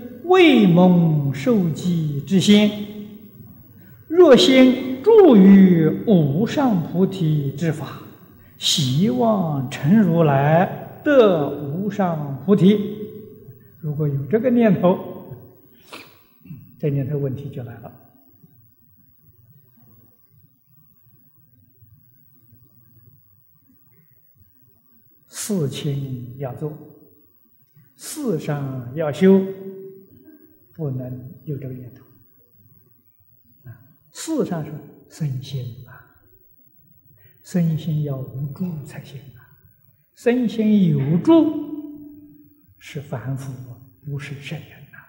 未蒙受记之先，若先住于无上菩提之法，希望成如来得无上菩提。如果有这个念头，这念头问题就来了。事情要做，事上要修，不能有这个念头。事上说身心啊，身心要无助才行啊。身心有助是凡夫，不是圣人呐。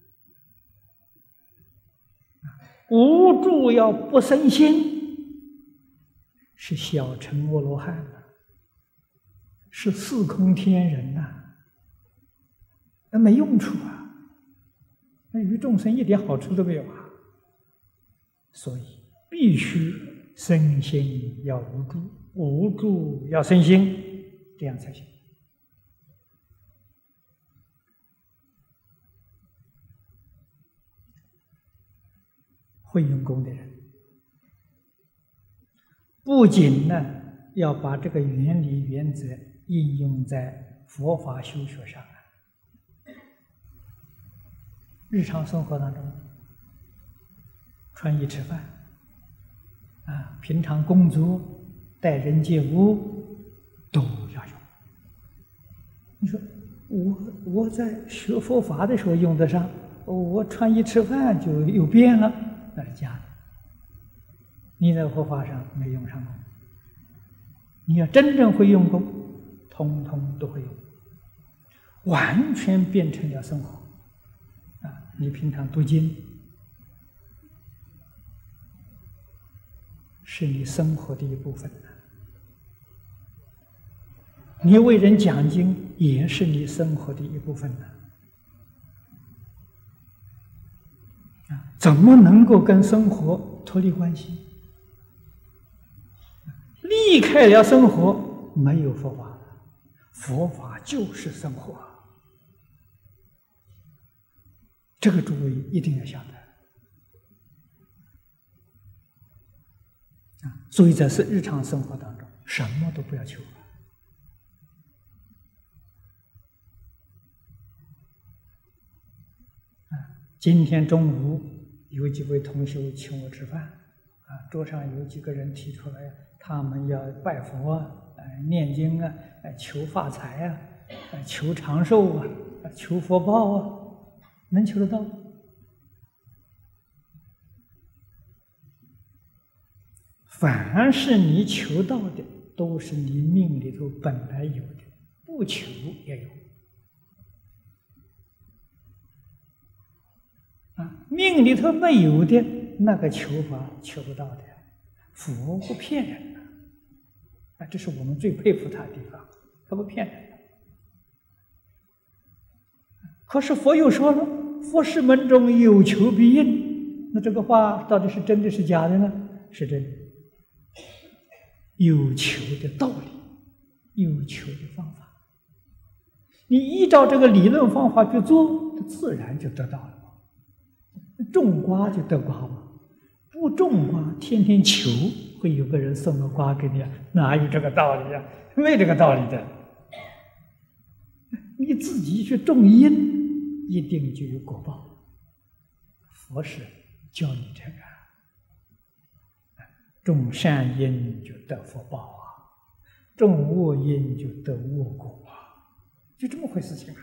无助要不生心，是小乘阿罗汉呐，是四空天人呐，那没用处啊，那于众生一点好处都没有啊。所以必须身心要无助，无助要身心，这样才行。会用功的人，不仅呢要把这个原理原则应用在佛法修学上，日常生活当中，穿衣吃饭平常工作、待人接物都要用。你说我在学佛法的时候用得上，我穿衣吃饭就又变了，那是假的。你在佛法上没用上功，你要真正会用功，通通都会用，完全变成了生活。你平常读经，是你生活的一部分。你为人讲经，也是你生活的一部分。怎么能够跟生活脱离关系？离开了生活，没有佛法了。佛法就是生活，这个诸位一定要晓得。所以在日常生活当中，什么都不要求。今天中午有几位同学请我吃饭，桌上有几个人提出来，他们要拜佛念经求发财求长寿求福报能求得到？凡是你求到的，都是你命里头本来有的，不求也有。命里头没有的那个求法求不到的，佛不骗人这是我们最佩服他的地方，他不骗人。可是佛又说了，佛事门中有求必应，那这个话到底是真的是假的呢？是真的。有求的道理，有求的方法，你依照这个理论方法去做，它自然就得到了。种瓜就得瓜嘛，不种瓜天天求，会有个人送个瓜给你哪有这个道理没这个道理的。你自己去种因，一定就有果报。佛是教你这个，种善因就得福报种恶因就得恶果就这么回事情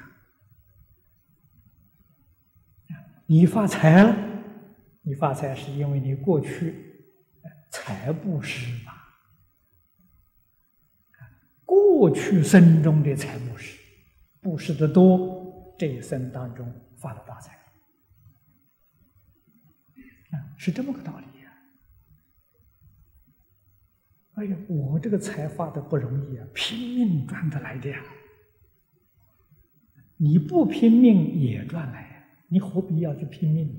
你发财了，你发财是因为你过去财布施嘛，过去生中的财布施，布施的多，这一生当中发了大财是这么个道理哎呀，我这个财发的不容易拼命赚得来的你不拼命也赚来你何必要去拼命？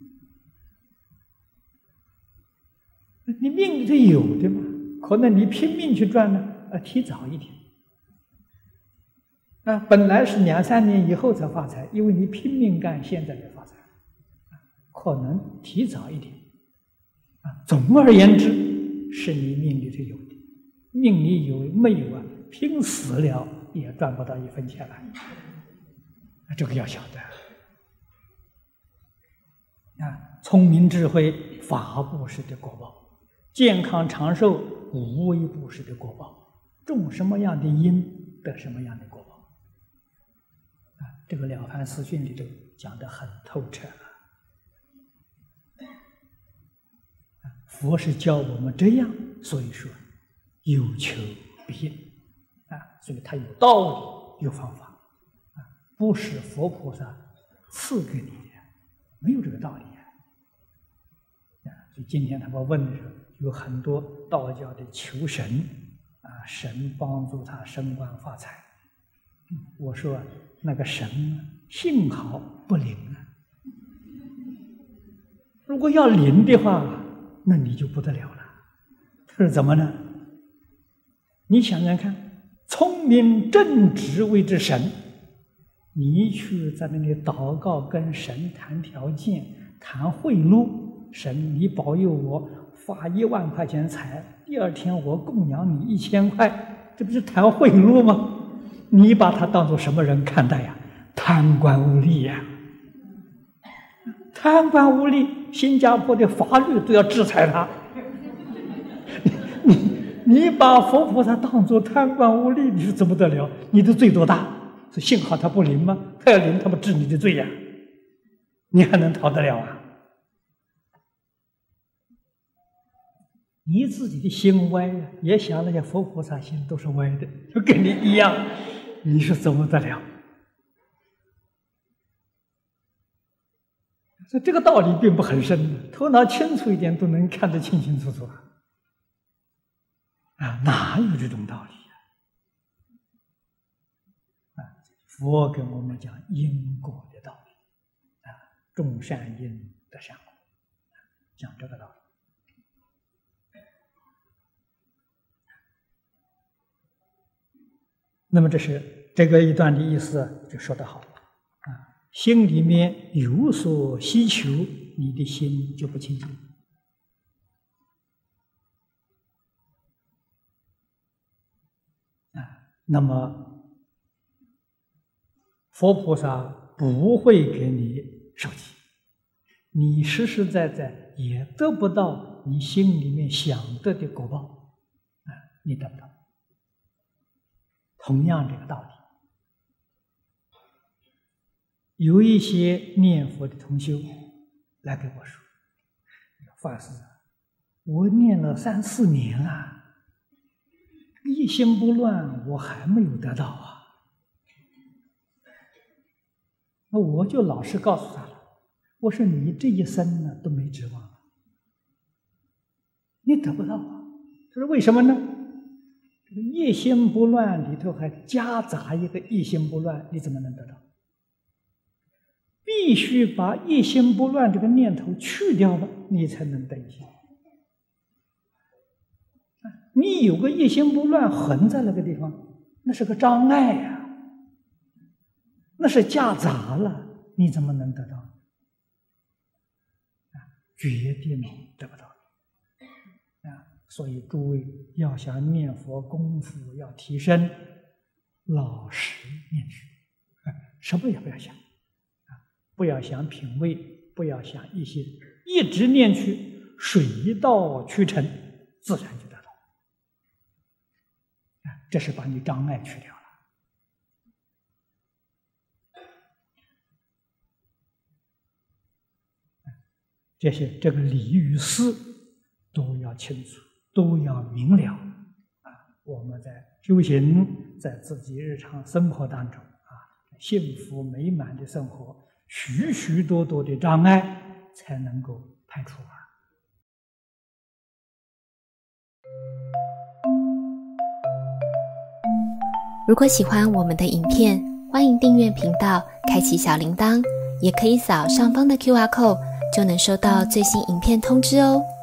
你命里头有的嘛，可能你拼命去赚呢，提早一点。 本来是2、3年以后才发财，因为你拼命干，现在才发财，可能提早一点。总而言之，是你命里头有的，命里有没有拼死了也赚不到1分钱来，这个要晓得。聪明智慧法布施的果报，健康长寿无为布施的果报，种什么样的因得什么样的果报。这个《了凡四训》里头讲得很透彻了。佛是教我们这样，所以说有求必应所以他有道理，有方法不是佛菩萨赐给你的，没有这个道理所以今天他们问的时候，有很多道教的求神神帮助他升官发财。我说那个神幸好不灵如果要灵的话，那你就不得了了。他说怎么呢？你想想看，聪明正直谓之神，你去在那里祷告，跟神谈条件，谈贿赂，神你保佑我发1万块钱财，第2天我供养你1000块，这不是谈贿赂吗？你把他当作什么人看待呀？贪官污吏呀！贪官污吏，新加坡的法律都要制裁他。你把佛菩萨当作贪官污吏，你说怎么得了？你的罪多大？所以幸好他不灵吗？他要灵，他不治你的罪呀，你还能逃得了啊？你自己的心歪呀，也想那些佛菩萨心都是歪的，就跟你一样，你说怎么得了？所以这个道理并不很深，头脑清楚一点都能看得清清楚楚哪有这种道理佛跟我们讲因果的道理种善因得善果，讲这个道理。那么这个一段的意思就说得好心里面有所希求，你的心就不清净那么佛菩萨不会给你受记，你实实在在也得不到你心里面想得的果报你得不到。同样这个道理，有一些念佛的同修来跟我说：“法师，我念了3、4年了，一心不乱，我还没有得到那我就老实告诉他了，我说你这一生呢都没指望你得不到他说为什么呢？这个一心不乱里头还夹杂一个一心不乱，你怎么能得到？必须把一心不乱这个念头去掉了，你才能得一心。你有个一心不乱横在那个地方，那是个障碍呀，那是夹杂了，你怎么能得到？决定得不到。所以诸位要想念佛功夫要提升，老实念去，什么也不要想不要想品味，不要想一心，一直念去，水到渠成，自然就得到。这是把你障碍去掉了。这个理与事都要清楚，都要明了我们在修行，在自己日常生活当中幸福美满的生活，许许多多的障碍才能够排除如果喜欢我们的影片，欢迎订阅频道，开启小铃铛，也可以扫上方的 QR code，就能收到最新影片通知哦。